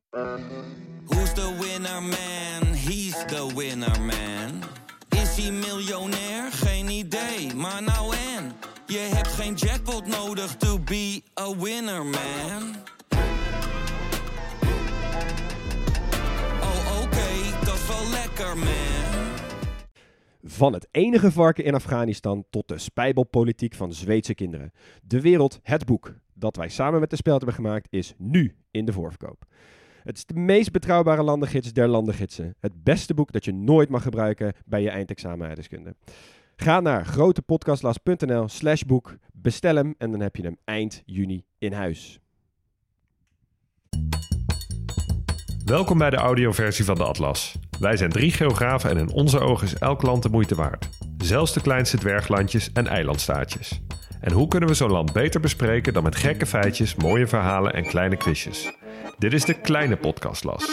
Who's the winner man? He's the winner man. Is hij miljonair? Geen idee, maar nou en. Je hebt geen jackpot nodig to be a winner man. Oh oké, dat is wel lekker man. Van het enige varken in Afghanistan tot de spijbelpolitiek van Zweedse kinderen. De Wereld, het boek dat wij samen met de Speld hebben gemaakt, is nu in de voorverkoop. Het is de meest betrouwbare landengids der landengidsen. Het beste boek dat je nooit mag gebruiken bij je eindexamen aardrijkskunde. Ga naar grotepodcastlas.nl/boek, bestel hem en dan heb je hem eind juni in huis. Welkom bij de audioversie van de Atlas. Wij zijn 3 geografen en in onze ogen is elk land de moeite waard. Zelfs de kleinste dwerglandjes en eilandstaatjes. En hoe kunnen we zo'n land beter bespreken dan met gekke feitjes, mooie verhalen en kleine quizjes? Dit is de kleine podcastlas.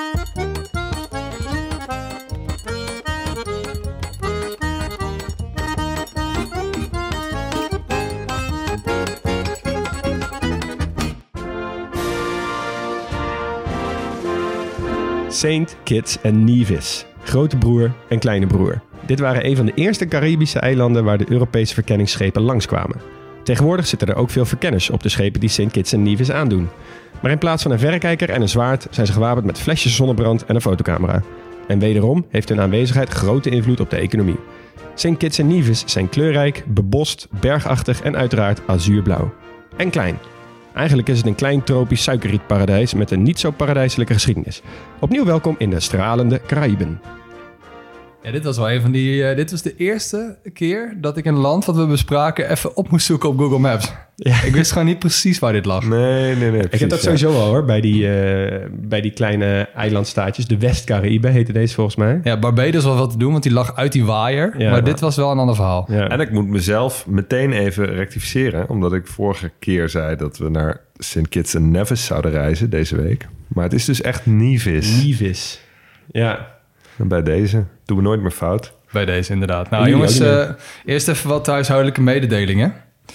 Saint Kitts en Nevis, grote broer en kleine broer. Dit waren een van de eerste Caribische eilanden waar de Europese verkenningsschepen langskwamen. Tegenwoordig zitten er ook veel verkenners op de schepen die Saint Kitts en Nevis aandoen. Maar in plaats van een verrekijker en een zwaard zijn ze gewapend met flesjes zonnebrand en een fotocamera. En wederom heeft hun aanwezigheid grote invloed op de economie. Saint Kitts en Nevis zijn kleurrijk, bebost, bergachtig en uiteraard azuurblauw. En klein. Eigenlijk is het een klein tropisch suikerrietparadijs met een niet zo paradijselijke geschiedenis. Opnieuw welkom in de stralende Caraïben. Ja, dit was wel een van die. Dit was de eerste keer dat ik een land wat we bespraken even op moest zoeken op Google Maps. Ja. Ik wist gewoon niet precies waar dit lag. Nee. Precies, ik heb dat sowieso al hoor, bij die kleine eilandstaatjes. De West-Caraïben heette deze volgens mij. Ja, Barbados was wat te doen, want die lag uit die waaier. Ja, maar dit was wel een ander verhaal. Ja. En ik moet mezelf meteen even rectificeren, omdat ik vorige keer zei dat we naar St. Kitts en Nevis zouden reizen deze week. Maar het is dus echt Nevis. Nevis, ja. En bij deze doen we nooit meer fout. Bij deze inderdaad. Nou jongens, eerst even wat huishoudelijke mededelingen.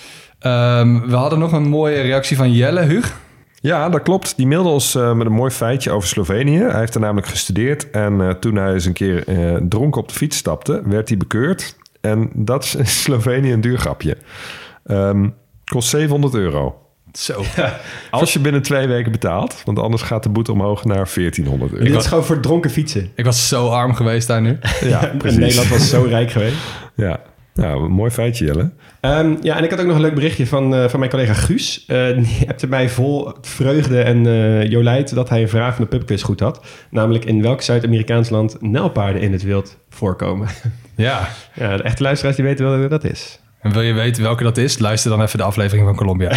We hadden nog een mooie reactie van Jelle, Huug. Ja, dat klopt. Die mailde ons met een mooi feitje over Slovenië. Hij heeft er namelijk gestudeerd. En toen hij eens een keer dronken op de fiets stapte, werd hij bekeurd. En dat is in Slovenië een duur grapje. Kost €700. Zo. Ja. Als je binnen 2 weken betaalt. Want anders gaat de boete omhoog naar €1400. Dit is gewoon voor dronken fietsen. Ik was zo arm geweest daar nu. Ja, precies. Nederland was zo rijk geweest. Ja, nou, een mooi feitje, Jelle. Ja, en ik had ook nog een leuk berichtje van mijn collega Guus. Die appte mij vol vreugde en jolijt dat hij een vraag van de pubquiz goed had. Namelijk in welk Zuid-Amerikaans land nijlpaarden in het wild voorkomen. Ja. Ja, de echte luisteraars die weten wel hoe dat is. En wil je weten welke dat is? Luister dan even de aflevering van Colombia.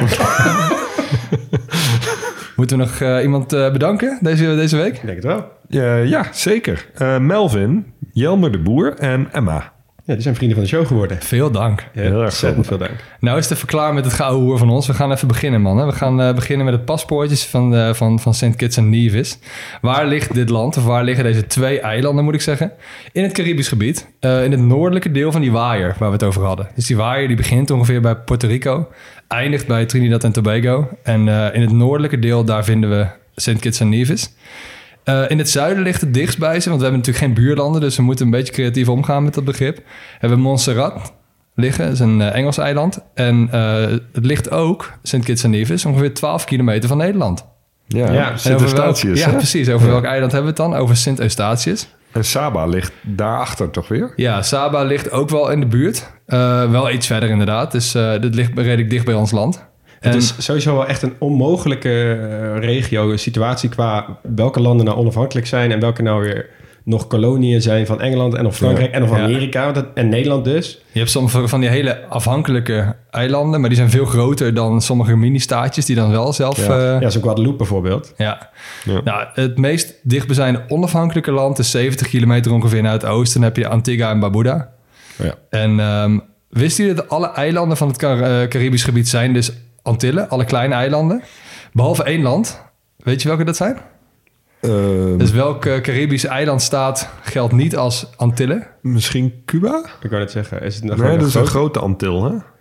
Moeten we nog iemand bedanken deze week? Ik denk het wel. Ja, zeker. Melvin, Jelmer de Boer en Emma. Ja, die zijn vrienden van de show geworden. Veel dank. Ja, heel erg ontzettend veel dank. Nou is het even klaar met het gouden hoer van ons. We gaan even beginnen, man. We gaan beginnen met het paspoortjes van St. Kitts en Nevis. Waar ligt dit land? Of waar liggen deze 2 eilanden, moet ik zeggen? In het Caribisch gebied. In het noordelijke deel van die waaier waar we het over hadden. Dus die waaier die begint ongeveer bij Puerto Rico. Eindigt bij Trinidad en Tobago. En in het noordelijke deel, daar vinden we St. Kitts en Nevis. In het zuiden ligt het dichtst bij ze, want we hebben natuurlijk geen buurlanden, dus we moeten een beetje creatief omgaan met dat begrip. We hebben Montserrat liggen, dat is een Engels eiland. En het ligt ook, St. Kitts en Nevis, ongeveer 12 kilometer van Nederland. Ja, Sint Eustatius. Ja, precies. Over welk eiland hebben we het dan? Over Sint Eustatius. En Saba ligt daarachter toch weer? Ja, Saba ligt ook wel in de buurt. Wel iets verder inderdaad, dus dit ligt redelijk dicht bij ons land. Het is sowieso wel echt een onmogelijke regio, een situatie qua welke landen nou onafhankelijk zijn en welke nou weer nog koloniën zijn van Engeland en of Frankrijk en of Amerika en Nederland dus. Je hebt sommige van die hele afhankelijke eilanden, maar die zijn veel groter dan sommige mini-staatjes die dan wel zelf... Ja, zo'n Guadeloupe bijvoorbeeld. Ja. Nou, het meest dichtbijzijnde onafhankelijke land is 70 kilometer ongeveer naar het oosten. Dan heb je Antigua en Barbuda. Ja. En wisten jullie dat alle eilanden van het Caribisch gebied zijn dus Antillen, alle kleine eilanden, behalve 1 land. Weet je welke dat zijn? Dus welk Caribisch eilandstaat geldt niet als Antillen? Misschien Cuba? Ik wou net zeggen. Is het nee, dat is een grote Antil, hè?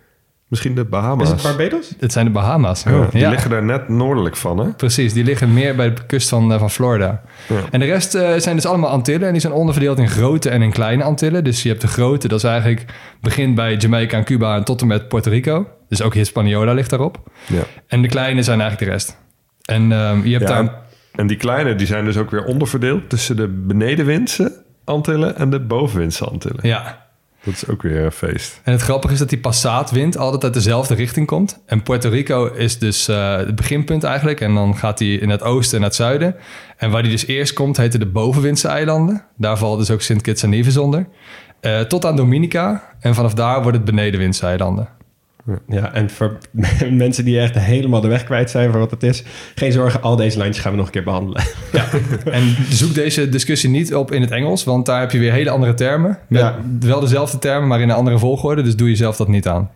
Misschien de Bahama's. Is het Barbados? Het zijn de Bahama's. Ja, die liggen daar net noordelijk van, hè? Precies, die liggen meer bij de kust van Florida. Ja. En de rest zijn dus allemaal Antillen. En die zijn onderverdeeld in grote en in kleine Antillen. Dus je hebt de grote, dat is eigenlijk... begint bij Jamaica en Cuba en tot en met Puerto Rico. Dus ook Hispaniola ligt daarop. Ja. En de kleine zijn eigenlijk de rest. En je hebt daar... En die kleine, die zijn dus ook weer onderverdeeld... tussen de benedenwindse Antillen en de bovenwindse Antillen. Ja. Dat is ook weer een feest. En het grappige is dat die passaatwind altijd uit dezelfde richting komt. En Puerto Rico is dus het beginpunt eigenlijk. En dan gaat hij in het oosten en het zuiden. En waar die dus eerst komt, heten de bovenwindse eilanden. Daar valt dus ook St. Kitts en Nevis onder. Tot aan Dominica. En vanaf daar wordt het benedenwindse eilanden. Ja, en voor mensen die echt helemaal de weg kwijt zijn voor wat het is... geen zorgen, al deze lijntjes gaan we nog een keer behandelen. Ja, en zoek deze discussie niet op in het Engels... want daar heb je weer hele andere termen. Met wel dezelfde termen, maar in een andere volgorde. Dus doe jezelf dat niet aan.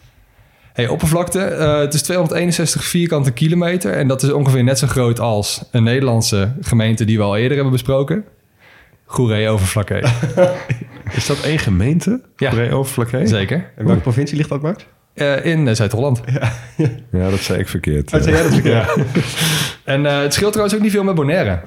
Hey, oppervlakte, het is 261 vierkante kilometer... en dat is ongeveer net zo groot als een Nederlandse gemeente... die we al eerder hebben besproken. Goeree-Overflakkee. Is dat één gemeente? Ja. Goeree-Overflakkee? Zeker. En welke provincie ligt dat, Max? In Zuid-Holland. Ja, dat zei ik verkeerd. Wat zei jij dat verkeerd? Ja. En het scheelt trouwens ook niet veel met Bonaire.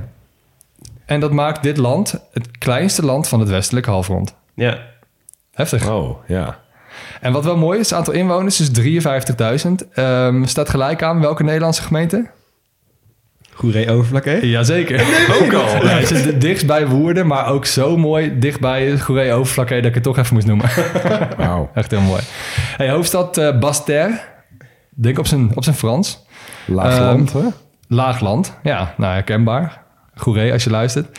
En dat maakt dit land het kleinste land van het westelijke halfrond. Ja. Heftig. Oh, ja. En wat wel mooi is, het aantal inwoners is 53.000. Staat gelijk aan welke Nederlandse gemeente? Goeree-Overflakkee? Jazeker. Ook al. Ja, het zit dichtst bij Woerden, maar ook zo mooi dichtbij Goeree-Overflakkee... dat ik het toch even moest noemen. Wauw. Echt heel mooi. Hey, hoofdstad Basse-Terre. Denk op zijn Frans. Laagland, hè? Laagland, ja, nou herkenbaar. Goeree als je luistert.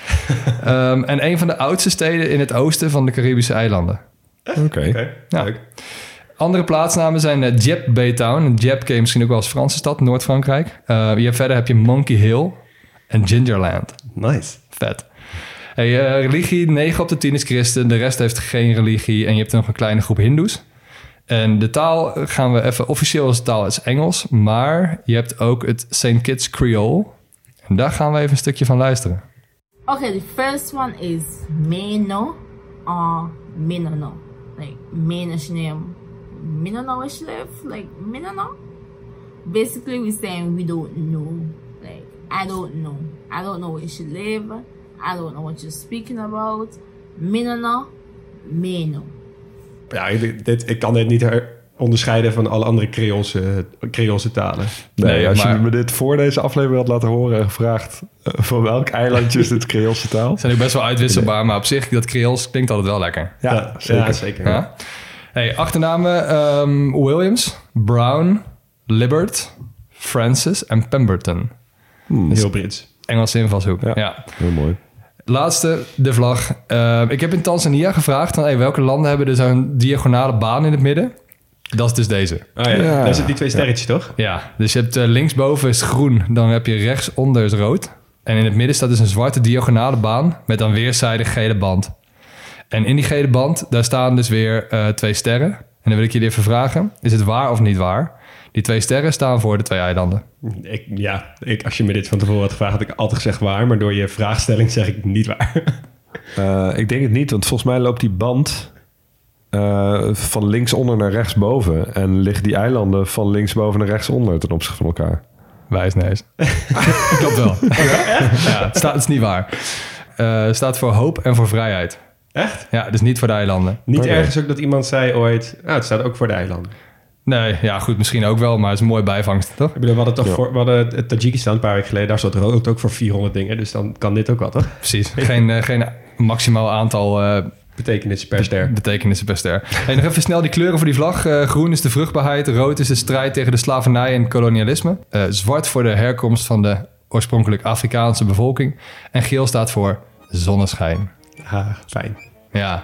En een van de oudste steden in het oosten van de Caribische eilanden. Oké. Ja. Leuk. Andere plaatsnamen zijn Dieppe Baytown. Dieppe ken je misschien ook wel als Franse stad, Noord-Frankrijk. Verder heb je Monkey Hill en Gingerland. Nice. Vet. Hey, religie, 9 op de 10 is christen. De rest heeft geen religie. En je hebt nog een kleine groep hindoes. En de taal gaan we even... Officieel is de taal is Engels. Maar je hebt ook het St. Kitts Creole. En daar gaan we even een stukje van luisteren. Okay, the first one is Meno or Minono. Like, Meno is name. Minono is live. Like, Minono. Basically, we're saying we don't know. Like, I don't know. I don't know where you should live. I don't know what you're speaking about. Minono, Meno. Ja, ik kan dit niet onderscheiden van alle andere Creoolse talen. Nee, als maar- je me dit voor deze aflevering had laten horen en gevraagd... van welk eilandje is dit Creoolse taal? Ze zijn ook best wel uitwisselbaar. Maar op zich, dat Creools klinkt altijd wel lekker. Ja, zeker. Ja, zeker. Ja? Hey, achternamen Williams, Brown, Libbert, Francis en Pemberton. Heel Brits. Engelse invalshoek. Ja. Ja. Heel mooi. Laatste, de vlag. Ik heb in Tanzania gevraagd... Van, welke landen hebben er zo'n diagonale baan in het midden? Dat is dus deze. Oh ja, Ja. daar zitten die twee sterretjes, toch? Ja, dus je hebt linksboven is groen... dan heb je rechtsonder is rood... en in het midden staat dus een zwarte diagonale baan... met dan weerszijdig gele band. En in die gele band, daar staan dus weer 2 sterren. En dan wil ik jullie even vragen... is het waar of niet waar? Die 2 sterren staan voor de 2 eilanden. Als je me dit van tevoren had gevraagd, had ik altijd gezegd waar. Maar door je vraagstelling zeg ik niet waar. Ik denk het niet, want volgens mij loopt die band... van linksonder naar rechtsboven. En liggen die eilanden van linksboven naar rechtsonder... ten opzichte van elkaar. Wijsneus. Klopt wel. Ja, het is niet waar. Het staat voor hoop en voor vrijheid. Echt? Ja, dus niet voor de eilanden. Niet Oké. ergens ook dat iemand zei ooit... het staat ook voor de eilanden. Nee, ja goed, misschien ook wel, maar het is een mooie bijvangst, toch? Ik bedoel, we hadden het Tajikistan een paar weken geleden. Daar stond rood ook voor 400 dingen. Dus dan kan dit ook wat, toch? Precies. Geen maximaal aantal Betekenis per ster. betekenissen per ster. Hey, nog even snel die kleuren voor die vlag. Groen is de vruchtbaarheid. Rood is de strijd tegen de slavernij en kolonialisme. Zwart voor de herkomst van de oorspronkelijk Afrikaanse bevolking. En geel staat voor zonneschijn. Fijn. Ja.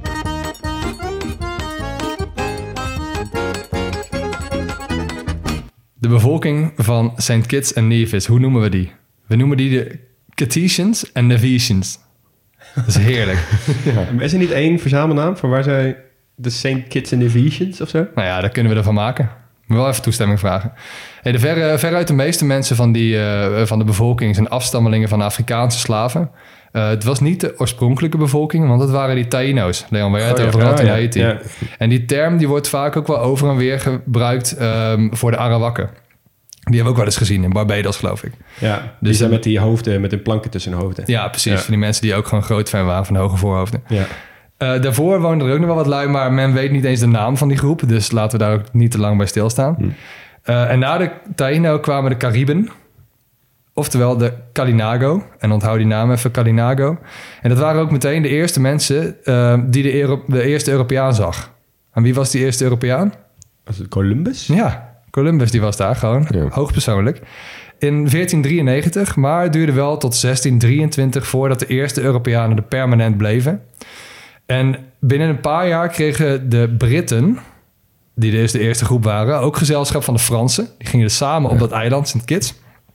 De bevolking van St. Kitts en Nevis, hoe noemen we die? We noemen die de Kittitians en Nevisians. Dat is heerlijk. Is er niet één verzamelnaam voor waar zij... de St. Kitts and Nevisians of zo? Nou ja, daar kunnen we ervan maken. Moet wel even toestemming vragen. Hey, veruit de meeste mensen van de bevolking zijn afstammelingen van Afrikaanse slaven. Het was niet de oorspronkelijke bevolking, want dat waren die Taíno's. Leon, waar jij het over had in Haiti. Ja. En die term die wordt vaak ook wel over en weer gebruikt voor de Arawakken. Die hebben we ook wel eens gezien in Barbados, geloof ik. Ja, die zijn met die hoofden, met hun planken tussen hun hoofden. Ja, precies. Van die mensen die ook gewoon groot fan waren van de hoge voorhoofden. Ja. Daarvoor woonden er ook nog wel wat lui, maar men weet niet eens de naam van die groep. Dus laten we daar ook niet te lang bij stilstaan. En na de Taíno kwamen de Cariben. Oftewel de Kalinago. En onthoud die naam even, Kalinago. En dat waren ook meteen de eerste mensen die de eerste Europeaan zag. En wie was die eerste Europeaan? Was het Columbus? Ja, Columbus die was daar gewoon. Ja. Hoogpersoonlijk. In 1493, maar het duurde wel tot 1623 voordat de eerste Europeanen er permanent bleven. En binnen een paar jaar kregen de Britten, die dus de eerste groep waren, ook gezelschap van de Fransen. Die gingen dus samen op dat eiland, St. Kitts.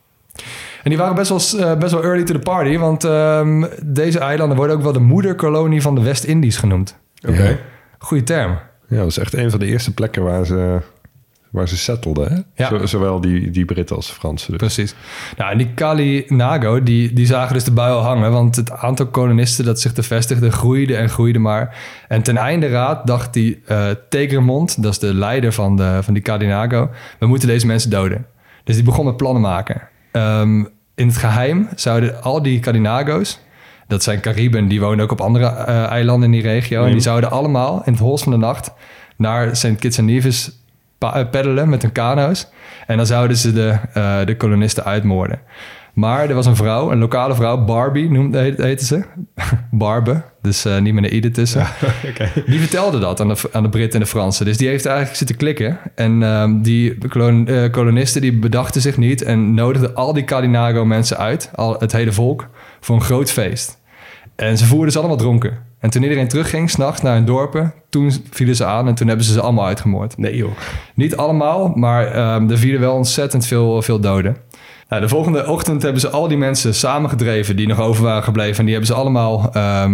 En die waren best wel early to the party, want deze eilanden worden ook wel de moederkolonie van de West-Indies genoemd. Oké. Ja. Goeie term. Ja, dat is echt een van de eerste plekken waar ze settelden. Hè? Ja. Zowel die Britten als de Fransen. Dus. Precies. Nou, en die Kalinago, die zagen dus de bui al hangen, want het aantal kolonisten dat zich te vestigde groeide maar. En ten einde raad dacht die Tegermond, dat is de leider van die Kalinago, we moeten deze mensen doden. Dus die begon met plannen maken. In het geheim zouden al die Kalinago's, dat zijn Cariben, die wonen ook op andere eilanden in die regio, en die zouden allemaal in het hols van de nacht naar St. Kitts en Nevis peddelen met hun kano's. En dan zouden ze de kolonisten uitmoorden. Maar er was een vrouw, een lokale vrouw, Barbie heette ze. Barbe, dus niet met een i ertussen. Ja, okay. Die vertelde dat aan de Britten en de Fransen. Dus die heeft eigenlijk zitten klikken. En die kolonisten die bedachten zich niet en nodigden al die Kalinago mensen uit, al het hele volk, voor een groot feest. En ze voerden ze allemaal dronken. En toen iedereen terugging, 's nachts naar hun dorpen, toen vielen ze aan en toen hebben ze allemaal uitgemoord. Nee joh. Niet allemaal, maar er vielen wel ontzettend veel doden. Nou, de volgende ochtend hebben ze al die mensen samengedreven die nog over waren gebleven. En die hebben ze allemaal,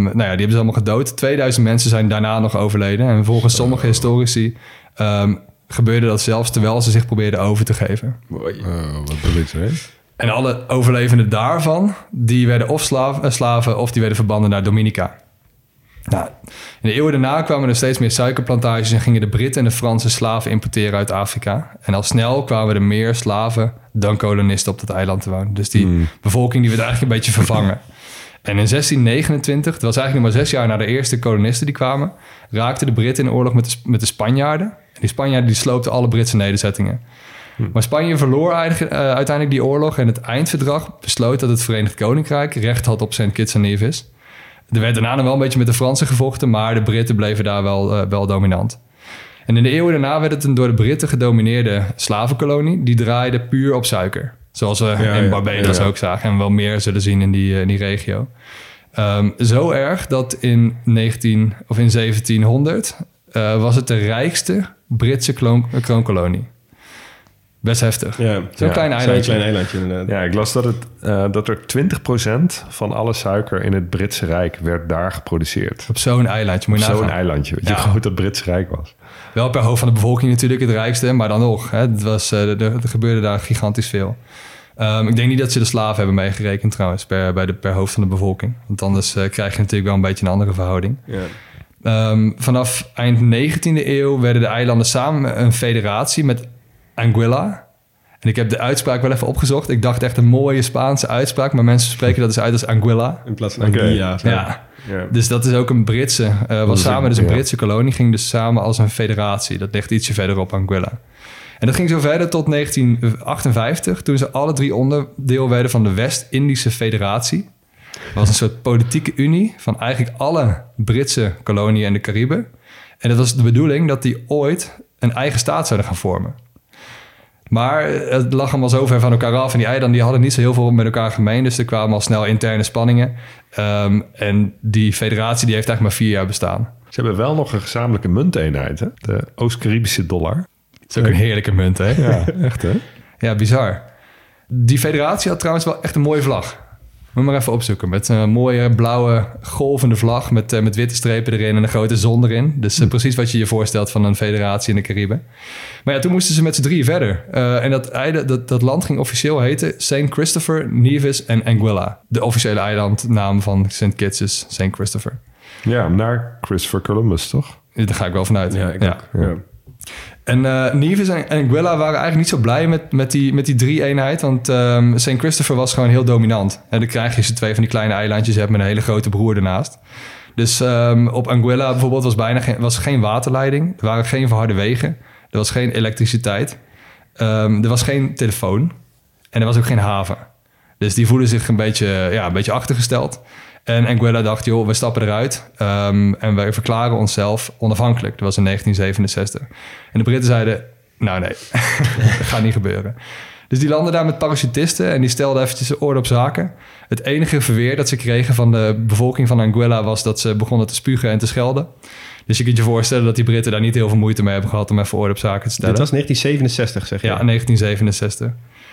gedood. 2000 mensen zijn daarna nog overleden. En volgens sommige historici gebeurde dat zelfs terwijl ze zich probeerden over te geven. Wat bedoelt je? En alle overlevenden daarvan, die werden of slaven of die werden verbannen naar Dominica. Nou, in de eeuwen daarna kwamen er steeds meer suikerplantages en gingen de Britten en de Fransen slaven importeren uit Afrika. En al snel kwamen er meer slaven dan kolonisten op dat eiland te wonen. Dus die bevolking die werd eigenlijk een beetje vervangen. En in 1629, dat was eigenlijk nog maar 6 jaar na de eerste kolonisten die kwamen, raakten de Britten in oorlog met de Spanjaarden. En die Spanjaarden die sloopten alle Britse nederzettingen. Maar Spanje verloor uiteindelijk die oorlog en het eindverdrag besloot dat het Verenigd Koninkrijk recht had op St. Kitts en Nevis. Er werd daarna nog wel een beetje met de Fransen gevochten, maar de Britten bleven daar wel dominant. En in de eeuwen daarna werd het een door de Britten gedomineerde slavenkolonie. Die draaide puur op suiker. Zoals we in Barbados ook zagen en wel meer zullen zien in die regio. Zo erg dat in 1700 was het de rijkste Britse kroonkolonie. Best heftig. Ja, zo'n klein eilandje. Inderdaad. Ja, ik las dat er 20% van alle suiker in het Britse Rijk werd daar geproduceerd. Op zo'n eilandje, moet je nagaan. Zo'n eilandje, weet je hoe groot dat Britse Rijk was. Wel per hoofd van de bevolking natuurlijk het rijkste, maar dan nog. Hè, er gebeurde daar gigantisch veel. Ik denk niet dat ze de slaven hebben meegerekend trouwens, per hoofd van de bevolking. Want anders krijg je natuurlijk wel een beetje een andere verhouding. Ja. Vanaf eind 19e eeuw werden de eilanden samen een federatie met Anguilla. En ik heb de uitspraak wel even opgezocht. Ik dacht echt een mooie Spaanse uitspraak, maar mensen spreken dat dus uit als Anguilla. In plaats van Anguilla. Ja. Dus dat is ook een Britse, was samen dus een Britse kolonie, ging dus samen als een federatie. Dat ligt ietsje verderop, Anguilla. En dat ging zo verder tot 1958, toen ze alle 3 onderdeel werden van de West-Indische Federatie. Dat was een soort politieke unie van eigenlijk alle Britse koloniën en de Cariben. En dat was de bedoeling dat die ooit een eigen staat zouden gaan vormen. Maar het lag allemaal zo ver van elkaar af. En die eilanden die hadden niet zo heel veel met elkaar gemeen. Dus er kwamen al snel interne spanningen. En die federatie die heeft eigenlijk maar 4 jaar bestaan. Ze hebben wel nog een gezamenlijke munteenheid, hè? De Oost-Caribische dollar. Dat is ook een heerlijke munt, hè? Ja, echt, hè? Ja, bizar. Die federatie had trouwens wel echt een mooie vlag. Moet maar even opzoeken. Met een mooie blauwe golvende vlag met witte strepen erin en een grote zon erin. Dus precies wat je je voorstelt van een federatie in de Cariben. Maar ja, toen moesten ze met z'n drieën verder. En dat land ging officieel heten St. Christopher, Nevis en Anguilla. De officiële eilandnaam van St. Kitts is St. Christopher. Ja, naar Christopher Columbus, toch? Daar ga ik wel vanuit. Ja, ik ook. Ja. En Nevis en Anguilla waren eigenlijk niet zo blij met die drie-eenheid. Want St. Christopher was gewoon heel dominant. En dan krijg je ze twee van die kleine eilandjes hebt met een hele grote broer ernaast. Dus op Anguilla bijvoorbeeld was geen waterleiding. Er waren geen verharde wegen. Er was geen elektriciteit. Er was geen telefoon. En er was ook geen haven. Dus die voelden zich een beetje achtergesteld. En Anguilla dacht, joh, we stappen eruit en wij verklaren onszelf onafhankelijk. Dat was in 1967. En de Britten zeiden, nou nee, dat gaat niet gebeuren. Dus die landden daar met parachutisten en die stelden eventjes orde op zaken. Het enige verweer dat ze kregen van de bevolking van Anguilla was dat ze begonnen te spugen en te schelden. Dus je kunt je voorstellen dat die Britten daar niet heel veel moeite mee hebben gehad om even orde op zaken te stellen. Dit was 1967, zeg je? Ja, 1967.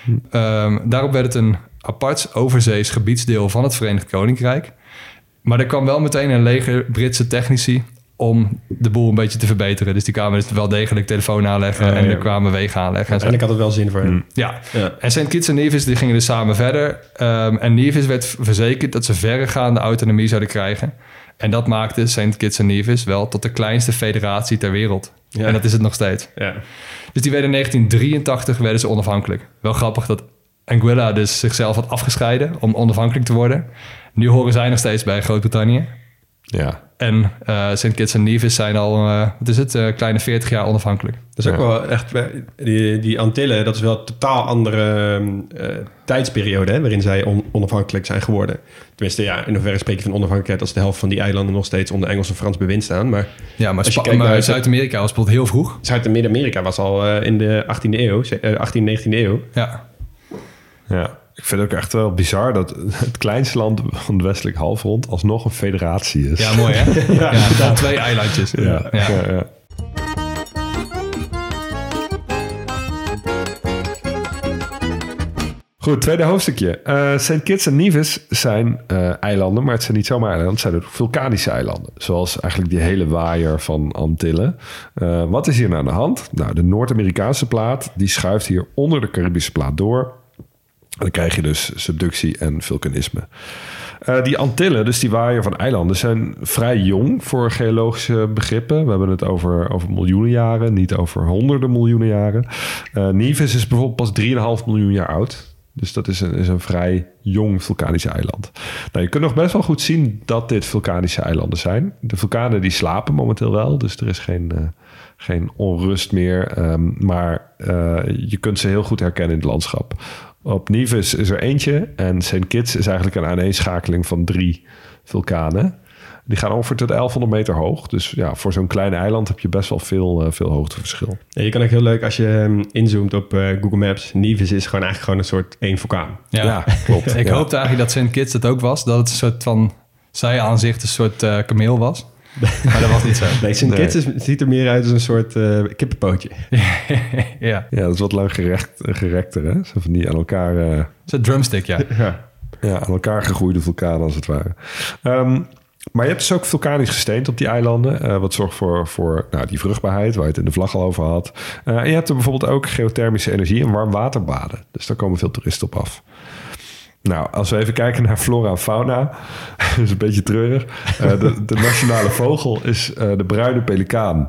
Daarop werd het een apart overzees gebiedsdeel van het Verenigd Koninkrijk. Maar er kwam wel meteen een leger Britse technici om de boel een beetje te verbeteren. Dus die kwamen dus wel degelijk telefoon aanleggen en er kwamen wegen aanleggen. En ik had het wel zin voor hen. Ja. En St. Kitts en Nevis die gingen dus samen verder. En Nevis werd verzekerd dat ze verregaande autonomie zouden krijgen. En dat maakte St. Kitts en Nevis wel tot de kleinste federatie ter wereld. Ja. En dat is het nog steeds. Ja. Dus die werden in 1983 werden ze onafhankelijk. Wel grappig dat Anguilla dus zichzelf had afgescheiden om onafhankelijk te worden. Nu horen zij nog steeds bij Groot-Brittannië. Ja. En St. Kitts en Nevis zijn al, kleine 40 jaar onafhankelijk. Dat is ook wel echt... Die Antillen, dat is wel een totaal andere tijdsperiode... Hè, waarin zij onafhankelijk zijn geworden. Tenminste, ja, in hoeverre spreek je van onafhankelijkheid... als de helft van die eilanden nog steeds onder Engels en Frans bewind staan. Maar Zuid-Amerika was bijvoorbeeld heel vroeg. Zuid-Amerika was al in de 18e eeuw, 18e, 19e eeuw. Ja. Ja. Ik vind het ook echt wel bizar dat het kleinste land van het westelijk halfrond alsnog een federatie is. Ja, mooi hè? Ja, 2 eilandjes. Ja. Goed, tweede hoofdstukje. St. Kitts en Nevis zijn eilanden, maar het zijn niet zomaar eilanden. Het zijn ook vulkanische eilanden. Zoals eigenlijk die hele waaier van Antillen. Wat is hier nou aan de hand? Nou, de Noord-Amerikaanse plaat die schuift hier onder de Caribische plaat door. En dan krijg je dus subductie en vulkanisme. Die Antillen, dus die waaier van eilanden, zijn vrij jong voor geologische begrippen. We hebben het over miljoenen jaren, niet over honderden miljoenen jaren. Nevis is bijvoorbeeld pas 3,5 miljoen jaar oud. Dus dat is een vrij jong vulkanisch eiland. Nou, je kunt nog best wel goed zien dat dit vulkanische eilanden zijn. De vulkanen die slapen momenteel wel, dus er is geen onrust meer. Maar je kunt ze heel goed herkennen in het landschap. Op Nevis is er eentje en St. Kitts is eigenlijk een aaneenschakeling van 3 vulkanen. Die gaan ongeveer tot 1100 meter hoog. Dus ja, voor zo'n klein eiland heb je best wel veel hoogteverschil. Ja, je kan ook heel leuk als je inzoomt op Google Maps. Nevis is gewoon een soort 1 vulkaan. Ja, klopt. Ik hoopte eigenlijk dat St. Kitts het ook was. Dat het een soort van zijaanzicht, een soort kameel was. Maar dat was niet zo. Nee, St. Kitts ziet er meer uit als een soort kippenpootje. Ja, dat is wat lang gerekter, hè? Zo van die aan elkaar... Zo'n drumstick, ja. Ja, aan elkaar gegroeide vulkanen als het ware. Maar je hebt dus ook vulkanisch gesteente op die eilanden. Wat zorgt voor die vruchtbaarheid, waar je het in de vlag al over had. En je hebt er bijvoorbeeld ook geothermische energie en warmwaterbaden. Dus daar komen veel toeristen op af. Nou, als we even kijken naar flora en fauna, dat is een beetje treurig. De nationale vogel is de bruine pelikaan.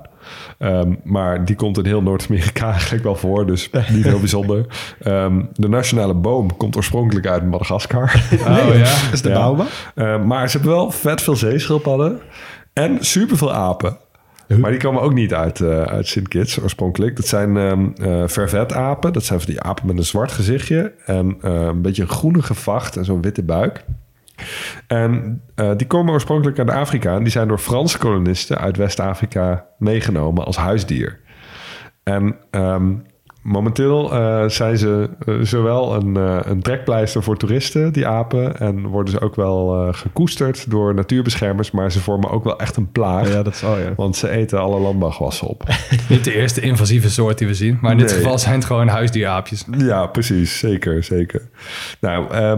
Maar die komt in heel Noord-Amerika eigenlijk wel voor, dus niet heel bijzonder. De nationale boom komt oorspronkelijk uit Madagaskar. Oh ja, dat is de baobab. Maar ze hebben wel vet veel zeeschildpadden en superveel apen. Maar die komen ook niet uit St. Kitts oorspronkelijk. Dat zijn vervetapen. Dat zijn van die apen met een zwart gezichtje. En een beetje een groenige vacht en zo'n witte buik. En die komen oorspronkelijk uit Afrika. En die zijn door Franse kolonisten uit West-Afrika meegenomen als huisdier. En momenteel zijn ze zowel een trekpleister voor toeristen, die apen. En worden ze ook wel gekoesterd door natuurbeschermers. Maar ze vormen ook wel echt een plaag. Ja, dat is al, ja. Want ze eten alle landbouwgewassen op. Niet de eerste invasieve soort die we zien. Maar in dit geval zijn het gewoon huisdieraapjes. Ja, precies. Zeker. Nou,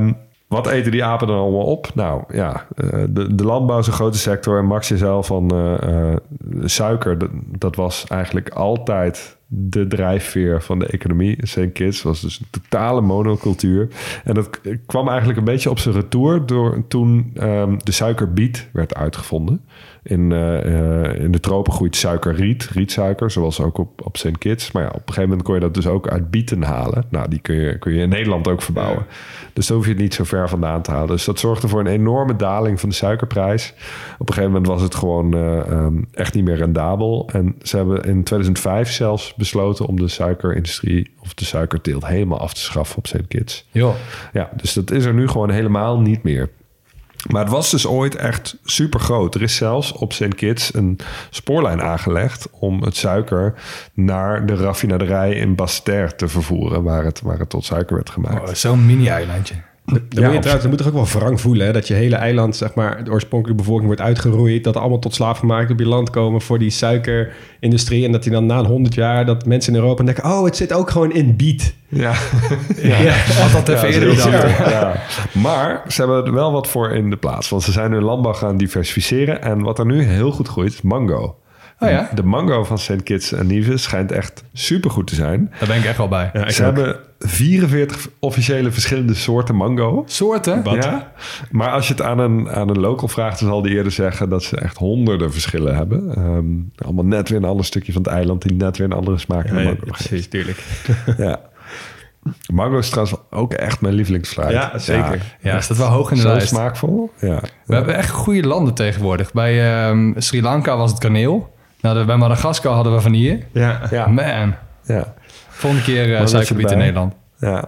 Wat eten die apen dan allemaal op? Nou ja, de landbouw is een grote sector. En Max, je zei al van suiker, dat was eigenlijk altijd de drijfveer van de economie. St. Kitts was dus een totale monocultuur. En dat kwam eigenlijk een beetje op zijn retour toen de suikerbiet werd uitgevonden. In de tropen groeit rietsuiker, zoals ook op St. Kitts. Maar ja, op een gegeven moment kon je dat dus ook uit bieten halen. Nou, die kun je in Nederland ook verbouwen. Ja. Dus dan hoef je het niet zo ver vandaan te halen. Dus dat zorgde voor een enorme daling van de suikerprijs. Op een gegeven moment was het gewoon echt niet meer rendabel. En ze hebben in 2005 zelfs besloten om de suikerindustrie of de suikerteelt helemaal af te schaffen op St. Kitts. Jo. Ja, dus dat is er nu gewoon helemaal niet meer. Maar het was dus ooit echt super groot. Er is zelfs op St. Kitts een spoorlijn aangelegd om het suiker naar de raffinaderij in Basse-Terre te vervoeren, waar het tot suiker werd gemaakt. Oh, zo'n mini-eilandje. Dat moet toch ook wel wrang voelen, hè? Dat je hele eiland, zeg maar, de oorspronkelijke bevolking wordt uitgeroeid, dat er allemaal tot slaaf gemaakt op je land komen voor die suikerindustrie en dat die dan na 100 jaar dat mensen in Europa denken, oh, het zit ook gewoon in biet. Ja. Had dat even eerder gedacht. Ja. Maar ze hebben er wel wat voor in de plaats, want ze zijn hun landbouw gaan diversificeren en wat er nu heel goed groeit is mango. Oh ja? De mango van St. Kitts en Nevis schijnt echt supergoed te zijn. Daar ben ik echt wel bij. Ja, ze hebben 44 officiële verschillende soorten mango. Soorten? Wat? Ja, maar als je het aan een local vraagt, dan zal die eerder zeggen dat ze echt honderden verschillen hebben. Allemaal net weer een ander stukje van het eiland die net weer een andere smaak in de mango geeft. Precies, tuurlijk. Ja. Mango is trouwens ook echt mijn lievelingsfruit. Ja, zeker. Ja, staat wel hoog in de zo lijst. Smaakvol. Ja. We hebben echt goede landen tegenwoordig. Bij Sri Lanka was het kaneel. Nou, bij Madagaskar hadden we vanille. Ja. Man. Ja. Volgende keer suikerbiet in Nederland. Ja.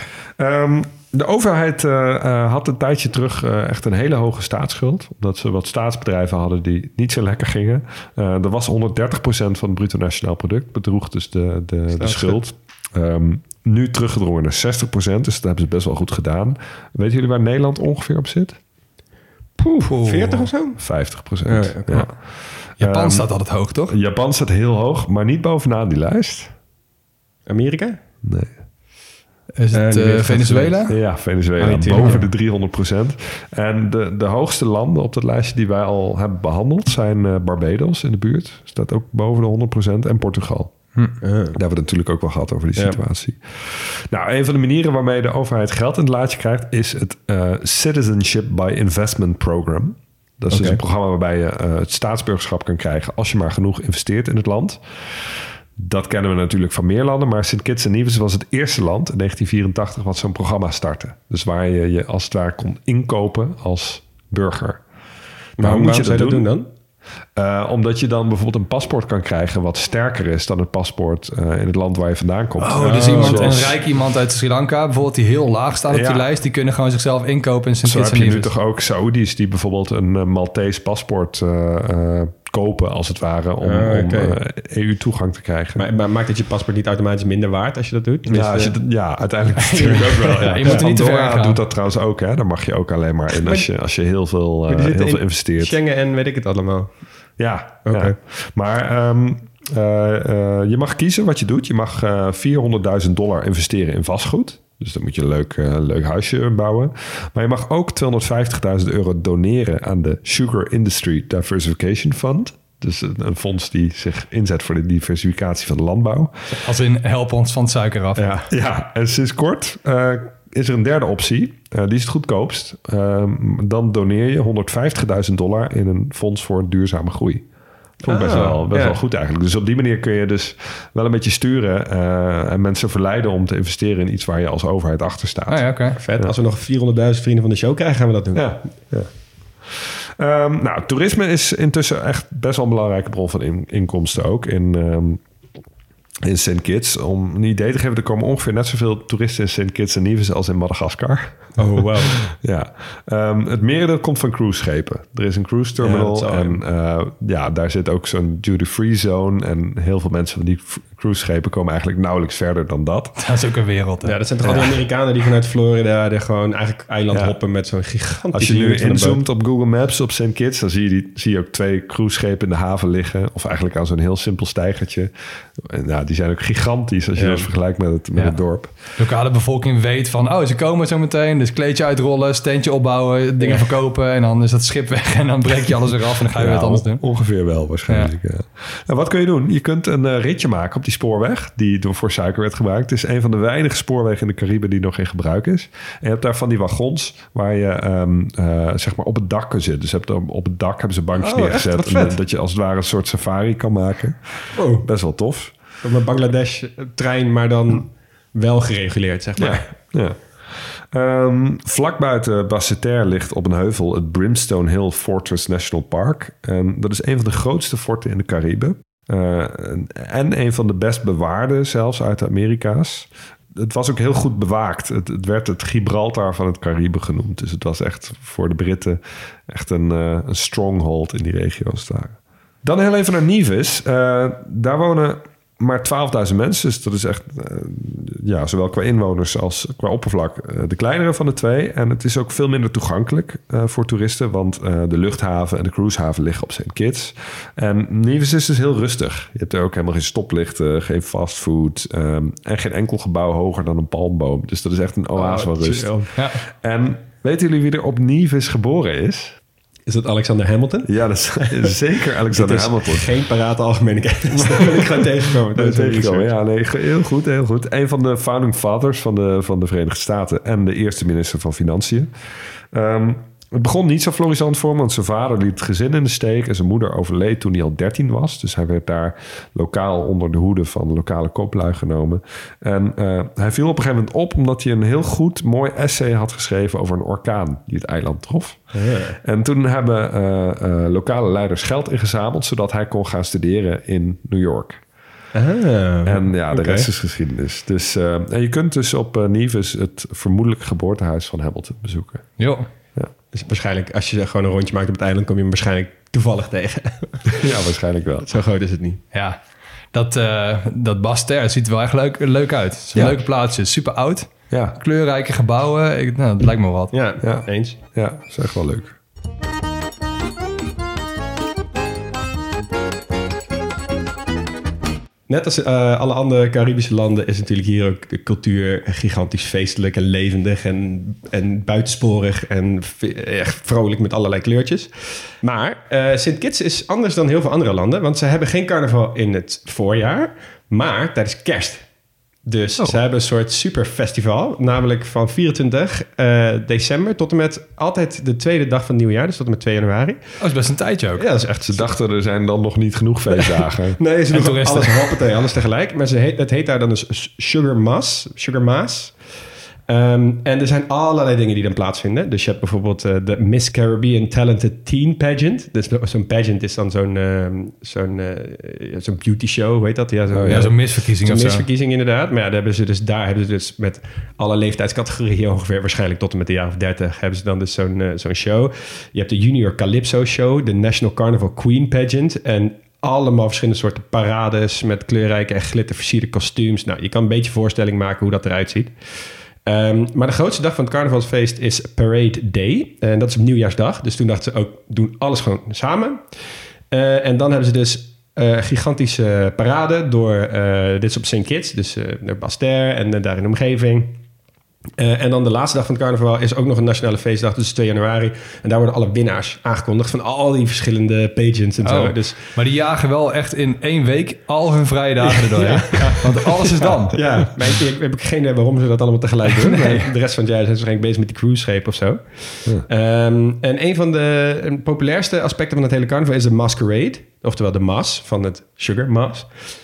De overheid had een tijdje terug echt een hele hoge staatsschuld. Omdat ze wat staatsbedrijven hadden die niet zo lekker gingen. Er was 130% van het bruto nationaal product. Bedroeg dus de schuld. Nu teruggedrongen naar 60%. Dus dat hebben ze best wel goed gedaan. Weten jullie waar Nederland ongeveer op zit? 40 of zo? 50%. Ja. Japan staat altijd hoog, toch? Japan staat heel hoog, maar niet bovenaan die lijst. Amerika? Nee. Is het Venezuela? Ja, Venezuela. Boven de 300%. En de hoogste landen op dat lijstje die wij al hebben behandeld zijn Barbados in de buurt. Staat ook boven de 100%. En Portugal. Daar hebben we het natuurlijk ook wel gehad over die situatie. Nou, een van de manieren waarmee de overheid geld in het laadje krijgt is het Citizenship by Investment Program. Dat is dus een programma waarbij je het staatsburgerschap kan krijgen als je maar genoeg investeert in het land. Dat kennen we natuurlijk van meer landen, maar St. Kitts en Nevis was het eerste land in 1984 wat zo'n programma startte. Dus waar je als het ware kon inkopen als burger. Maar hoe moet je dat doen dan? Omdat je dan bijvoorbeeld een paspoort kan krijgen wat sterker is dan het paspoort in het land waar je vandaan komt. Dus een rijk iemand uit Sri Lanka, bijvoorbeeld die heel laag staat op die lijst, die kunnen gewoon zichzelf inkopen in St. Kitts en Nevis. Zo heb je nu toch ook Saoedi's die bijvoorbeeld een Maltese paspoort kopen, als het ware, om EU-toegang te krijgen. Maar maakt het je paspoort niet automatisch minder waard als je dat doet? Uiteindelijk natuurlijk ook wel. Ja, je moet er niet te ver gaan. Doet dat trouwens ook, hè? Daar mag je ook alleen maar in als je heel veel investeert. Schengen en weet ik het allemaal. Ja, okay. Maar je mag kiezen wat je doet. Je mag $400.000 investeren in vastgoed. Dus dan moet je een leuk huisje bouwen. Maar je mag ook €250.000 doneren aan de Sugar Industry Diversification Fund. Dus een fonds die zich inzet voor de diversificatie van de landbouw. Als in help ons van het suiker af. Ja, en sinds kort is er een derde optie. Die is het goedkoopst. Dan doneer je $150.000 in een fonds voor duurzame groei. Vond ik best wel goed eigenlijk. Dus op die manier kun je dus wel een beetje sturen en mensen verleiden om te investeren in iets waar je als overheid achter staat. Vet. Als we nog 400.000 vrienden van de show krijgen, gaan we dat doen. Ja. Nou, toerisme is intussen echt best wel een belangrijke bron van inkomsten ook in St. Kitts. Om een idee te geven, er komen ongeveer net zoveel toeristen in St. Kitts en Nevis als in Madagaskar. Oh, wow. Ja. Het merendeel komt van cruiseschepen. Er is een cruise terminal en daar zit ook zo'n duty-free zone. En heel veel mensen van die cruiseschepen komen eigenlijk nauwelijks verder dan dat. Dat is ook een wereld. Hè? Ja, dat zijn toch al die Amerikanen die vanuit Florida er gewoon eigenlijk eiland hoppen met zo'n gigantisch. Als je nu inzoomt op Google Maps op St. Kitts, dan zie je ook 2 cruiseschepen in de haven liggen. Of eigenlijk aan zo'n heel simpel steigertje. En die zijn ook gigantisch als je dat vergelijkt met het dorp. De lokale bevolking weet van, ze komen zo meteen. Dus is kleedje uitrollen, steentje opbouwen, dingen verkopen. En dan is dat schip weg en dan breek je alles eraf en dan ga je weer wat anders doen. Ongeveer wel waarschijnlijk. Ja. Nou, wat kun je doen? Je kunt een ritje maken op die spoorweg die voor suiker werd gebruikt. Het is een van de weinige spoorwegen in de Cariben die nog in gebruik is. En je hebt daar van die wagons waar je zeg maar op het dak kunt zitten. Dus op het dak hebben ze bankjes neergezet. En dat je als het ware een soort safari kan maken. Oh. Best wel tof. Op een Bangladesh-trein, maar dan wel gereguleerd, zeg maar. Ja. Vlak buiten Basseterre ligt op een heuvel het Brimstone Hill Fortress National Park. Dat is een van de grootste forten in de Cariben. En een van de best bewaarde zelfs uit de Amerika's. Het was ook heel goed bewaakt. Het werd het Gibraltar van het Caribe genoemd. Dus het was echt voor de Britten echt een stronghold in die regio als het ware. Dan heel even naar Nevis. Daar wonen maar 12.000 mensen. Dus dat is echt, zowel qua inwoners als qua oppervlak, de kleinere van de twee. En het is ook veel minder toegankelijk voor toeristen. Want de luchthaven en de cruisehaven liggen op St. Kitts. En Nevis is dus heel rustig. Je hebt er ook helemaal geen stoplichten, geen fastfood. En geen enkel gebouw hoger dan een palmboom. Dus dat is echt een oase van rust. Ja. En weten jullie wie er op Nevis geboren is? Is dat Alexander Hamilton? Ja, dat is zeker Alexander Hamilton. Geen parate algemene kennis. Daar wil ik gewoon tegenkomen. Ja, nee, heel goed. Een van de founding fathers van de Verenigde Staten en de eerste minister van Financiën. Het begon niet zo florissant voor hem, want zijn vader liet het gezin in de steek en zijn moeder overleed toen hij al 13 was. Dus hij werd daar lokaal onder de hoede van lokale kooplui genomen. En hij viel op een gegeven moment op omdat hij een heel goed, mooi essay had geschreven over een orkaan die het eiland trof. Ja. En toen hebben lokale leiders geld ingezameld zodat hij kon gaan studeren in New York. En de rest is geschiedenis. Dus, en je kunt dus op Nevis het vermoedelijk geboortehuis van Hamilton bezoeken. Jo. Dus waarschijnlijk, als je gewoon een rondje maakt op het eiland, kom je hem waarschijnlijk toevallig tegen. Ja, waarschijnlijk wel. Zo groot is het niet. Ja, dat Basseterre ziet er wel echt leuk uit. Het is een leuke plaatsje, super oud. Ja. Kleurrijke gebouwen. Dat lijkt me wat. Ja, eens. Ja, dat is echt wel leuk. Net als alle andere Caribische landen is natuurlijk hier ook de cultuur gigantisch feestelijk en levendig en buitensporig en echt vrolijk met allerlei kleurtjes. Maar St. Kitts is anders dan heel veel andere landen, want ze hebben geen carnaval in het voorjaar, maar tijdens kerst. Dus ze hebben een soort superfestival, namelijk van 24 december tot en met altijd de tweede dag van het nieuwjaar, dus tot en met 2 januari. Dat is best een tijdje ook. Ja, dat is echt. Ze dachten er zijn dan nog niet genoeg feestdagen. Nee, ze doen alles tegelijk. Maar het heet daar dan dus Sugar Mass. En er zijn allerlei dingen die dan plaatsvinden. Dus je hebt bijvoorbeeld de Miss Caribbean Talented Teen Pageant. Dus zo'n pageant is dan zo'n beauty show, hoe heet dat? Ja, zo'n misverkiezing. Zo'n misverkiezing inderdaad. Maar daar hebben ze dus met alle leeftijdscategorieën ongeveer waarschijnlijk tot en met de jaar of 30 hebben ze dan dus zo'n show. Je hebt de Junior Calypso Show, de National Carnival Queen Pageant en allemaal verschillende soorten parades met kleurrijke en glitterversierde kostuums. Nou, je kan een beetje voorstelling maken hoe dat eruit ziet. Maar de grootste dag van het carnavalsfeest is Parade Day. En dat is op nieuwjaarsdag. Dus toen dachten ze ook, doen alles gewoon samen. En dan hebben ze dus gigantische parade door... dit is op St. Kitts, dus door Basseterre en daar in de omgeving. En dan de laatste dag van het carnaval is ook nog een nationale feestdag. Dus 2 januari. En daar worden alle winnaars aangekondigd van al die verschillende pageants en zo. Dus, maar die jagen wel echt in 1 week al hun vrije dagen erdoor. Ja. Want alles is dan. Ja, maar ik heb ook geen idee waarom ze dat allemaal tegelijk doen. Nee. De rest van het jaar zijn ze waarschijnlijk bezig met die cruiseschepen of zo. Ja. En een van de populairste aspecten van het hele carnaval is de masquerade. Oftewel de mas van het Sugar Mass.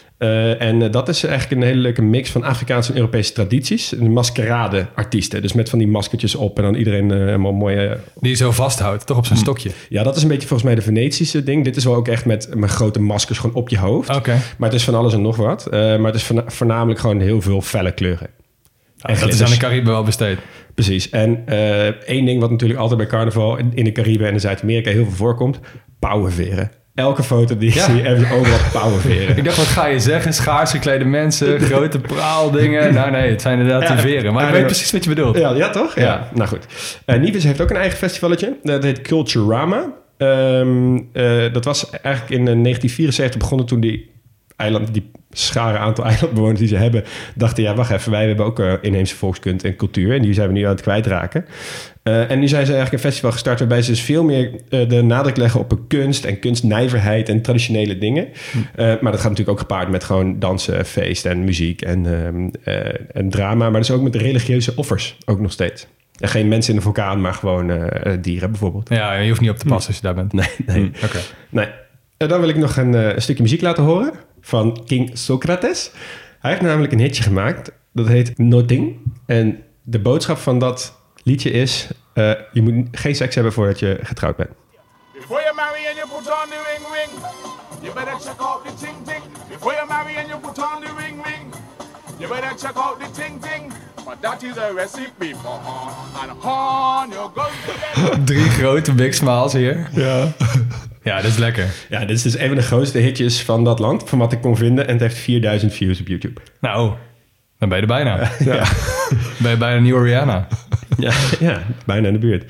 En dat is eigenlijk een hele leuke mix van Afrikaanse en Europese tradities. Een maskerade-artiesten. Dus met van die maskertjes op en dan iedereen helemaal mooie... Die je zo vasthoudt, toch op zijn stokje? Ja, dat is een beetje volgens mij de Venetische ding. Dit is wel ook echt met grote maskers gewoon op je hoofd. Okay. Maar het is van alles en nog wat. Maar het is voornamelijk gewoon heel veel felle kleuren. En dat is aan de Cariben wel besteed. Precies. En één ding wat natuurlijk altijd bij carnaval in de Cariben en in Zuid-Amerika heel veel voorkomt. Pauwenveren. Elke foto die ik zie, hebben ze overal pauwenveren. Ik dacht, wat ga je zeggen? Schaars geklede mensen, grote praaldingen. Nou nee, het zijn inderdaad die veren. Maar ik weet precies wat je bedoelt. Ja toch? Ja. Nou goed. Nevis heeft ook een eigen festivalletje. Dat heet Culturama. Dat was eigenlijk in 1974 begonnen toen die die schare aantal eilandbewoners die ze hebben, dachten, ja, wacht even, wij hebben ook inheemse volkskunde en cultuur. En die zijn we nu aan het kwijtraken. En nu zijn ze eigenlijk een festival gestart waarbij ze dus veel meer de nadruk leggen op een kunst en kunstnijverheid en traditionele dingen. Maar dat gaat natuurlijk ook gepaard met gewoon dansen, feest en muziek en drama. Maar dus ook met religieuze offers, ook nog steeds. En geen mensen in de vulkaan, maar gewoon dieren bijvoorbeeld. Ja, je hoeft niet op te passen als je daar bent. Nee. Oké. Nee. Dan wil ik nog een stukje muziek laten horen van King Socrates. Hij heeft namelijk een hitje gemaakt. Dat heet Nothing. En de boodschap van dat liedje is... je moet geen seks hebben voordat je getrouwd bent. Before you marry and you put on the ring ring, you better check out the ting ting. Before you marry and you put on the ring ring, you better check out the ting ting. But that is a recipe for horn and horn. You're going to get 3 grote big smiles hier. Ja, dat is lekker. Ja, dit is dus een van de grootste hitjes van dat land, van wat ik kon vinden. En het heeft 4000 views op YouTube. Nou, dan ben je er bijna. Ja. Ben je bijna een nieuwe Rihanna. Ja, bijna in de buurt.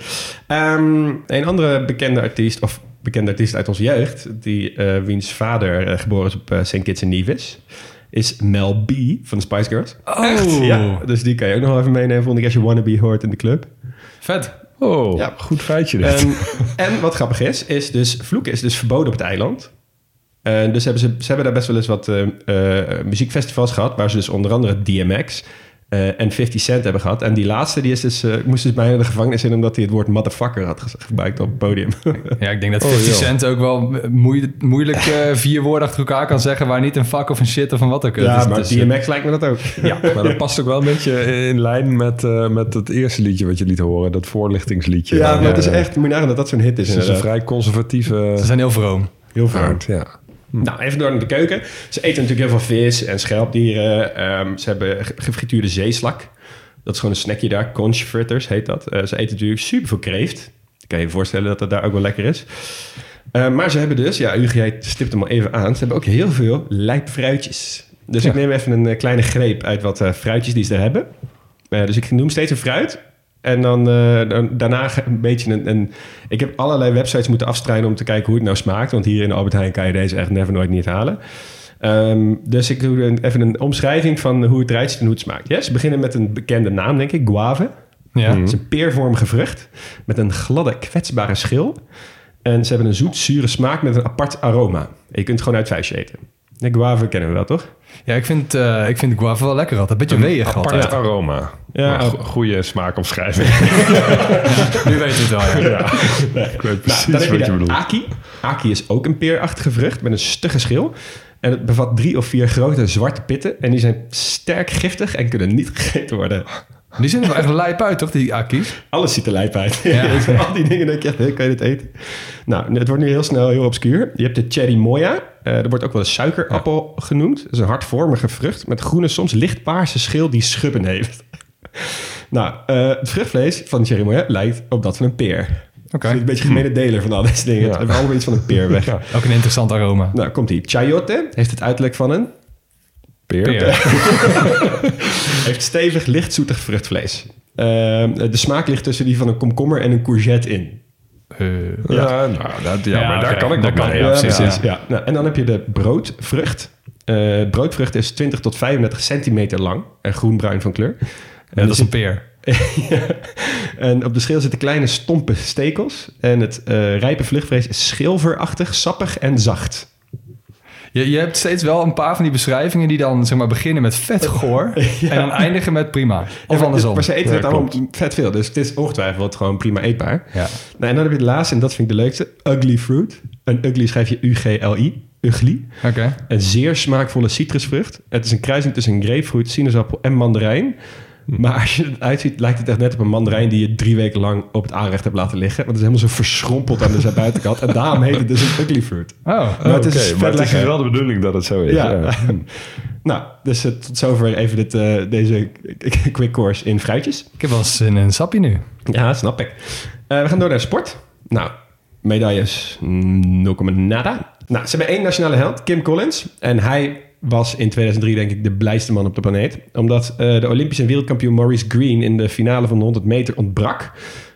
Een andere bekende artiest uit onze jeugd, wiens vader geboren is op St. Kitts en Nevis, is Mel B van de Spice Girls. Oh. Echt? Ja, dus die kan je ook nog wel even meenemen volgende keer als je Wannabe hoort in de club. Vet. Oh, Ja. goed feitje dit. En wat grappig is dus vloeken is dus verboden op het eiland. Dus ze hebben daar best wel eens wat muziekfestivals gehad, waar ze dus onder andere DMX en 50 Cent hebben gehad. En die laatste, die is dus, moest dus bijna de gevangenis in omdat hij het woord motherfucker had gebruikt op het podium. Ja, ik denk dat 50 Cent ook wel moeilijk 4 woorden achter elkaar kan zeggen waar niet een fuck of een shit of een wat ook. Ja, Dus, maar DMX lijkt me dat ook. Ja, maar dat past ook wel een beetje in lijn met het eerste liedje wat je liet horen. Dat voorlichtingsliedje. Ja, maar het is echt, moet je nagaan dat zo'n hit is. Het is een vrij conservatieve... Ze zijn heel vroom. heel veel. aard, ja. Nou, even door naar de keuken. Ze eten natuurlijk heel veel vis en schelpdieren. Ze hebben gefrituurde zeeslak. Dat is gewoon een snackje daar. Conch fritters heet dat. Ze eten natuurlijk super veel kreeft. Kan je je voorstellen dat dat daar ook wel lekker is. Maar ze hebben dus, ja, jij stipt hem al even aan. Ze hebben ook heel veel lijpfruitjes. Dus ik neem even een kleine greep uit wat fruitjes die ze er hebben. Dus ik noem steeds een fruit. En dan daarna een beetje ik heb allerlei websites moeten afstrijden om te kijken hoe het nou smaakt. Want hier in de Albert Heijn kan je deze echt nooit niet halen. Dus ik doe even een omschrijving van hoe het eruit ziet en hoe het smaakt. Yes, we beginnen met een bekende naam, denk ik. Guave. Ja. Het is een peervormige vrucht met een gladde, kwetsbare schil. En ze hebben een zoet-zure smaak met een apart aroma. En je kunt het gewoon uit het vuistje eten. De guave kennen we wel, toch? Ja, ik vind guava wel lekker altijd. Beetje weeg Apart altijd. aroma. Ja, Goede smaakomschrijving. Nu weet je het wel, ja. Ik weet precies Dan heb je wat je de bedoelt. aki. Aki is ook een peerachtige vrucht met een stugge schil. En het bevat 3 of 4 grote zwarte pitten. En die zijn sterk giftig en kunnen niet gegeten worden. Die zien er wel echt lijp uit, toch, die aki's? Alles ziet er lijp uit. Ja. Al die dingen denk je echt, kan je dit eten? Nou, het wordt nu heel snel heel obscuur. Je hebt de cherry moya. Er wordt ook wel een suikerappel genoemd. Dat is een hartvormige vrucht met groene, soms lichtpaarse schil die schubben heeft. Nou, het vruchtvlees van de cherry moya lijkt op dat van een peer. Oké. Het is een beetje gemene deler van al deze dingen. Het hebben allemaal iets van een peer weg. Ja. Ook een interessant aroma. Nou, komt ie. Chayote heeft het uiterlijk van een... Peer. heeft stevig, lichtzoetig vruchtvlees. De smaak ligt tussen die van een komkommer en een courgette in. Ja, nou, maar daar oké. kan ik Dat ook kan, mee. ja, Ja, precies. Ja. Nou, en dan heb je de broodvrucht. Broodvrucht is 20 tot 35 centimeter lang en groenbruin van kleur. Dat is een peer. En op de schil zitten kleine stompe stekels. En het rijpe vruchtvlees is schilferachtig, sappig en zacht. Je hebt steeds wel een paar van die beschrijvingen die dan zeg maar beginnen met vet goor en dan eindigen met prima. Of andersom. Maar ze eten Ja, het allemaal klopt. vet veel. Dus het is ongetwijfeld gewoon prima eetbaar. Ja. Nou, en dan heb je de laatste, en dat vind ik de leukste. Ugly fruit. Een ugly schrijf je U-G-L-I. Ugly. Oké. Een zeer smaakvolle citrusvrucht. Het is een kruising tussen een grapefruit, sinaasappel en mandarijn. Maar als je het uitziet, lijkt het echt net op een mandarijn die je 3 weken lang op het aanrecht hebt laten liggen. Want het is helemaal zo verschrompeld aan de buitenkant. En daarom heet het dus een ugly fruit. Oh. Maar het is Oké, vet maar het is lekker. wel de bedoeling dat het zo is. Ja. Ja. Nou, dus tot zover even deze quick course in fruitjes. Ik heb wel zin in een sappie nu. Ja, snap ik. We gaan door naar sport. Nou, medailles 0, nada. Nou, ze hebben 1 nationale held, Kim Collins. En hij was in 2003 denk ik de blijste man op de planeet. Omdat de Olympisch en wereldkampioen Maurice Green in de finale van de 100 meter ontbrak.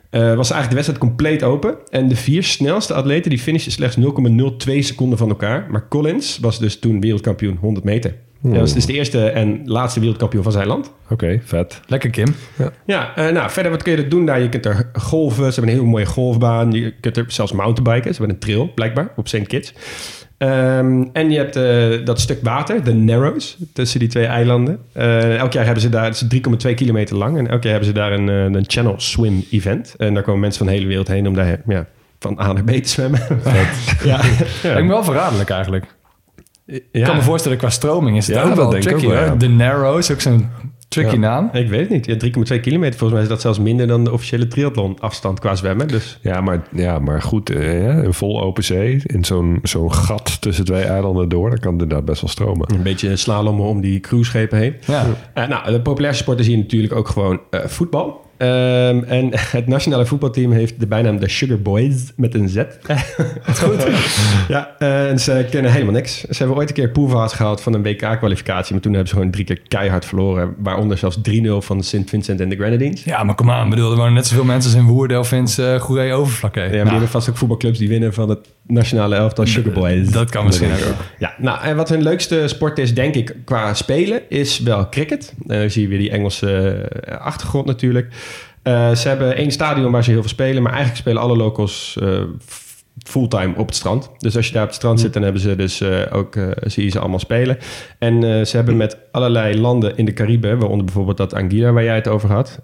Was eigenlijk de wedstrijd compleet open. En de 4 snelste atleten die finishten slechts 0,02 seconden van elkaar. Maar Collins was dus toen wereldkampioen 100 meter. Hij was dus de eerste en laatste wereldkampioen van zijn land. Oké, vet. Lekker, Kim. Ja, verder wat kun je er doen daar? Je kunt er golven. Ze hebben een hele mooie golfbaan. Je kunt er zelfs mountainbiken. Ze hebben een trail, blijkbaar, op St. Kitts. En je hebt dat stuk water, de Narrows, tussen die 2 eilanden. Elk jaar hebben ze daar, het is 3,2 kilometer lang. En elk jaar hebben ze daar een channel swim event. En daar komen mensen van de hele wereld heen om daar van A naar B te zwemmen. Ja. Lijkt me wel verraderlijk eigenlijk. Ik kan me voorstellen, qua stroming is het Ja, ook dat wel denk ik tricky. ook wel, ja. De Narrows, ook zo'n tricky naam. Ik weet het niet. Ja, 3,2 kilometer. Volgens mij is dat zelfs minder dan de officiële triathlon afstand qua zwemmen. Dus. Maar goed, in vol open zee, in zo'n gat tussen 2 eilanden door, dan kan het inderdaad best wel stromen. Een beetje slalommen om die cruiseschepen heen. Ja. De populairste sport is hier natuurlijk ook gewoon voetbal. En het nationale voetbalteam heeft de bijnaam de Sugar Boys met een Z. Goed. Ja, en ze kennen helemaal niks. Ze hebben ooit een keer poolfase gehaald van een WK-kwalificatie. Maar toen hebben ze gewoon 3 keer keihard verloren. Waaronder zelfs 3-0 van St. Vincent en de Grenadines. Ja, maar kom aan. Bedoel, er wonen net zoveel mensen als in Woerdeel, Vince, Goeree, Overflakkee. Ja, maar die hebben vast ook voetbalclubs die winnen van het nationale elftal Sugar Boys. Dat kan misschien ook. Ja, en wat hun leukste sport is, denk ik, qua spelen, is wel cricket. Dan zie je weer die Engelse achtergrond natuurlijk. Ze hebben 1 stadion waar ze heel veel spelen, maar eigenlijk spelen alle locals fulltime op het strand. Dus als je daar op het strand zit, dan hebben ze dus zie je ze allemaal spelen. En ze hebben met allerlei landen in de Cariben, waaronder bijvoorbeeld dat Anguilla waar jij het over had.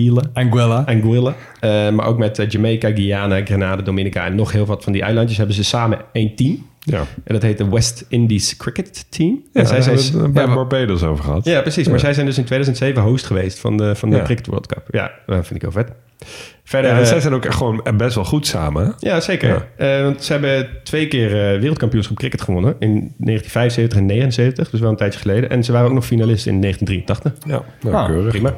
Anguilla. Maar ook met Jamaica, Guyana, Grenada, Dominica en nog heel wat van die eilandjes hebben ze samen 1 team. Ja. En dat heet de West Indies Cricket Team. Ja, en zij zijn bij Barbados over gehad. Ja, precies. Maar zij zijn dus in 2007 host geweest van de Cricket World Cup. Ja, dat vind ik heel vet. Verder, zij zijn ook echt gewoon best wel goed samen. Hè? Ja, zeker. Ja. Want ze hebben 2 keer wereldkampioenschap cricket gewonnen. In 1975 en 79, dus wel een tijdje geleden. En ze waren ook nog finalist in 1983. Ja, keurig. Prima.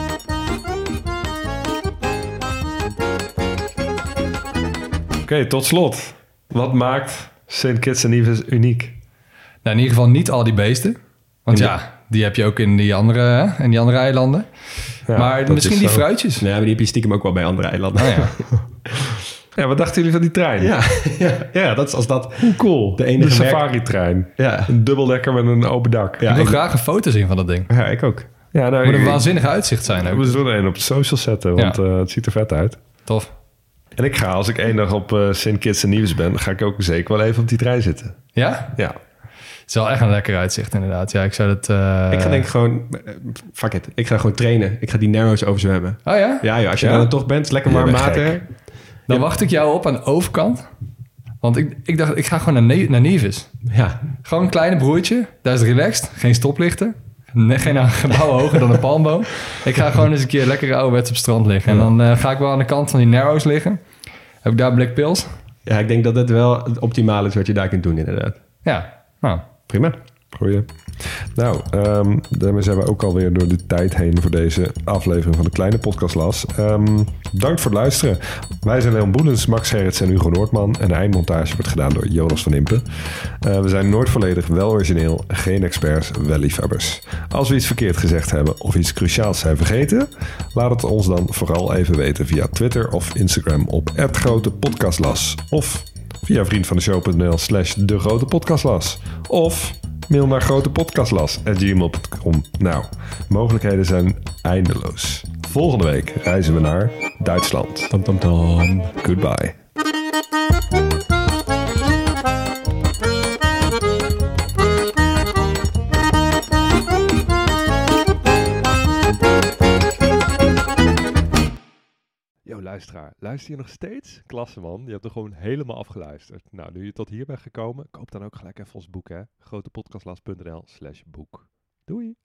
Oké, tot slot. Wat maakt St. Kitts en Nevis uniek? Nou, in ieder geval niet al die beesten. Want die heb je ook in die andere eilanden. Ja, maar misschien die fruitjes. Ja, maar die heb je stiekem ook wel bij andere eilanden. Oh, ja. Ja, wat dachten jullie van die trein? Ja, dat is als dat... Hoe cool. De enige safari-trein. Ja. Een dubbeldekker met een open dak. Ja, ik wil graag een foto zien van dat ding. Ja, ik ook. Ja, nou, moet een waanzinnig uitzicht zijn ook. We zullen er een op de social zetten, want het ziet er vet uit. Tof. En ik ga, als ik 1 dag op St. Kitts en Nevis ben, ga ik ook zeker wel even op die trein zitten. Ja? Ja. Het is wel echt een lekker uitzicht inderdaad. Ja, ik zou dat... Ik ga denk ik gewoon... fuck it. Ik ga gewoon trainen. Ik ga die Narrows overzwemmen. Oh ja? Ja, als je dan toch bent, is lekker warm water. Dan wacht ik jou op aan de overkant. Want ik dacht, ik ga gewoon naar Nevis. Ja. Gewoon een kleine broertje. Daar is het relaxed. Geen stoplichten. Geen gebouw hoger dan een palmboom. Ik ga gewoon eens een keer lekker ouderwets op het strand liggen. En dan ga ik wel aan de kant van die Narrows liggen. Heb ik daar een blik pils. Ja, ik denk dat het wel het optimale is wat je daar kunt doen inderdaad. Ja, nou. Prima. Goeie. Nou, daarmee zijn we ook alweer door de tijd heen voor deze aflevering van de Kleine Podcastlas. Bedankt voor het luisteren. Wij zijn Leon Boelens, Max Gerrits en Hugo Noordman. En de eindmontage wordt gedaan door Jonas van Impen. We zijn nooit volledig, wel origineel, geen experts, wel liefhebbers. Als we iets verkeerd gezegd hebben of iets cruciaals zijn vergeten, laat het ons dan vooral even weten via Twitter of Instagram op @grotepodcastlas. Of via vriendvandeshow.nl/degrotepodcastlas. Of mail naar grotepodcastlas@gmail.com. Nou, mogelijkheden zijn eindeloos. Volgende week reizen we naar Duitsland. Tam tam tam. Goodbye. Yo, luisteraar. Luister je nog steeds? Klasse, man. Je hebt er gewoon helemaal afgeluisterd. Nou, nu je tot hier bent gekomen, koop dan ook gelijk even ons boek, hè. grotepodcastlas.nl/boek. Doei!